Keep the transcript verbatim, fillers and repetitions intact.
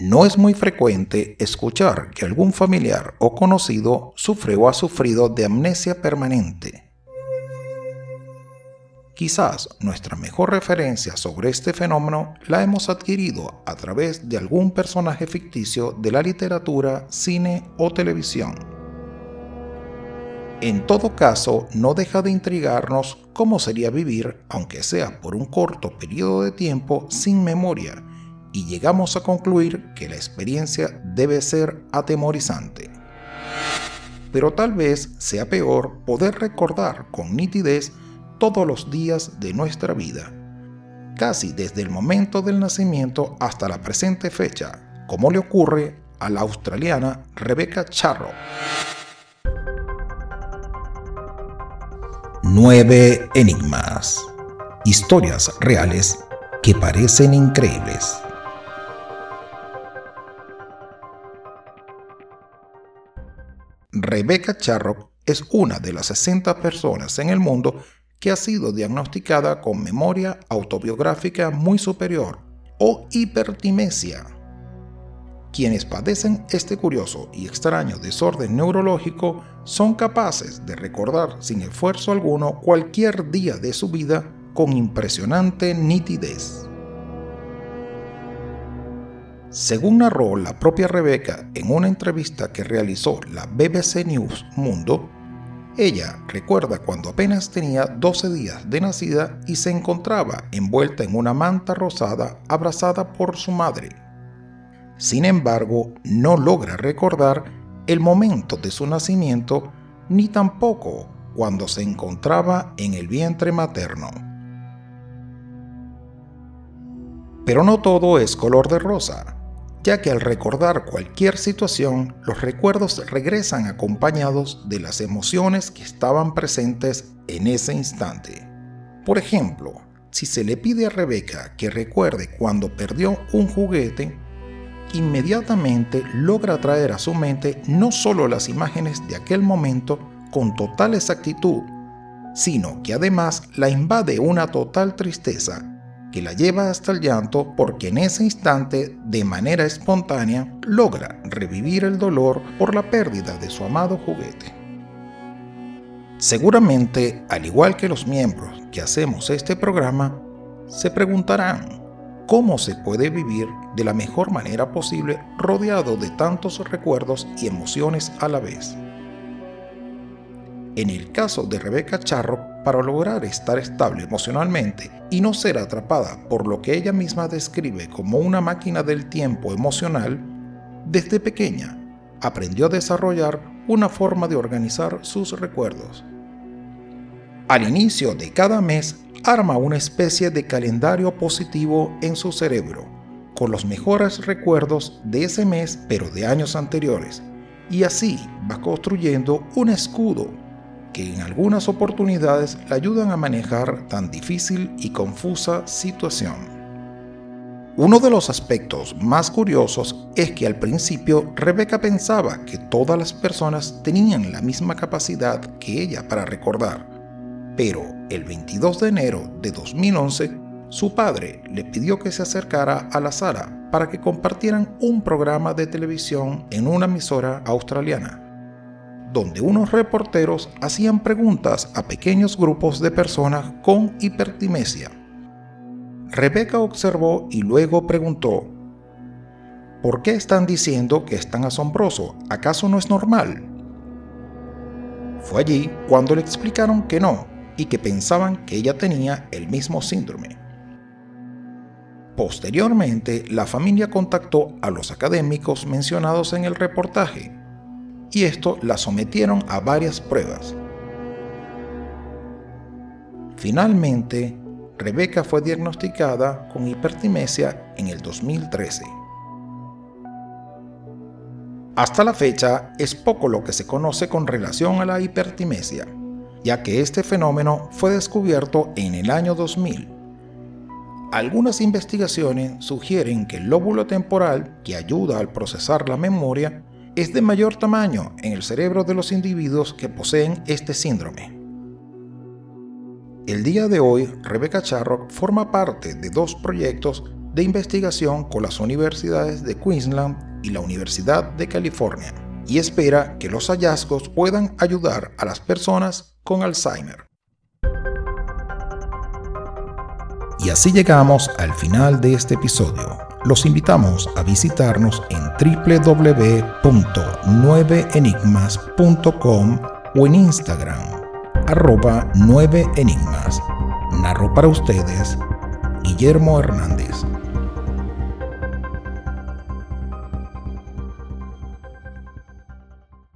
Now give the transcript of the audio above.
No es muy frecuente escuchar que algún familiar o conocido sufre o ha sufrido de amnesia permanente. Quizás nuestra mejor referencia sobre este fenómeno la hemos adquirido a través de algún personaje ficticio de la literatura, cine o televisión. En todo caso, no deja de intrigarnos cómo sería vivir, aunque sea por un corto periodo de tiempo, sin memoria, y llegamos a concluir que la experiencia debe ser atemorizante. Pero tal vez sea peor poder recordar con nitidez todos los días de nuestra vida, casi desde el momento del nacimiento hasta la presente fecha, como le ocurre a la australiana Rebecca Charrock. Nueve enigmas. Historias reales que parecen increíbles. Rebecca Charrock es una de las sesenta personas en el mundo que ha sido diagnosticada con memoria autobiográfica muy superior o hipertimesia. Quienes padecen este curioso y extraño desorden neurológico son capaces de recordar sin esfuerzo alguno cualquier día de su vida con impresionante nitidez. Según narró la propia Rebecca en una entrevista que realizó la B B C News Mundo, ella recuerda cuando apenas tenía doce días de nacida y se encontraba envuelta en una manta rosada abrazada por su madre. Sin embargo, no logra recordar el momento de su nacimiento ni tampoco cuando se encontraba en el vientre materno. Pero no todo es color de rosa, ya que al recordar cualquier situación, los recuerdos regresan acompañados de las emociones que estaban presentes en ese instante. Por ejemplo, si se le pide a Rebecca que recuerde cuando perdió un juguete, inmediatamente logra traer a su mente no solo las imágenes de aquel momento con total exactitud, sino que además la invade una total tristeza que la lleva hasta el llanto porque en ese instante, de manera espontánea, logra revivir el dolor por la pérdida de su amado juguete. Seguramente, al igual que los miembros que hacemos este programa, se preguntarán cómo se puede vivir de la mejor manera posible rodeado de tantos recuerdos y emociones a la vez. En el caso de Rebecca Charrock, para lograr estar estable emocionalmente y no ser atrapada por lo que ella misma describe como una máquina del tiempo emocional, desde pequeña aprendió a desarrollar una forma de organizar sus recuerdos. Al inicio de cada mes, arma una especie de calendario positivo en su cerebro, con los mejores recuerdos de ese mes pero de años anteriores, y así va construyendo un escudo que en algunas oportunidades la ayudan a manejar tan difícil y confusa situación. Uno de los aspectos más curiosos es que al principio Rebecca pensaba que todas las personas tenían la misma capacidad que ella para recordar, pero el veintidós de enero de dos mil once, su padre le pidió que se acercara a la sala para que compartieran un programa de televisión en una emisora australiana, donde unos reporteros hacían preguntas a pequeños grupos de personas con hipertimesia. Rebecca observó y luego preguntó: ¿por qué están diciendo que es tan asombroso? ¿Acaso no es normal? Fue allí cuando le explicaron que no, y que pensaban que ella tenía el mismo síndrome. Posteriormente, la familia contactó a los académicos mencionados en el reportaje, y esto la sometieron a varias pruebas. Finalmente, Rebecca fue diagnosticada con hipertimesia en el dos mil trece. Hasta la fecha, es poco lo que se conoce con relación a la hipertimesia, ya que este fenómeno fue descubierto en el año dos mil. Algunas investigaciones sugieren que el lóbulo temporal, que ayuda al procesar la memoria, es de mayor tamaño en el cerebro de los individuos que poseen este síndrome. El día de hoy, Rebecca Charrock forma parte de dos proyectos de investigación con las universidades de Queensland y la Universidad de California, y espera que los hallazgos puedan ayudar a las personas con Alzheimer. Y así llegamos al final de este episodio. Los invitamos a visitarnos en doble u doble u doble u punto nueve enigmas punto com o en Instagram, arroba nueve enigmas. Narró para ustedes Guillermo Hernández.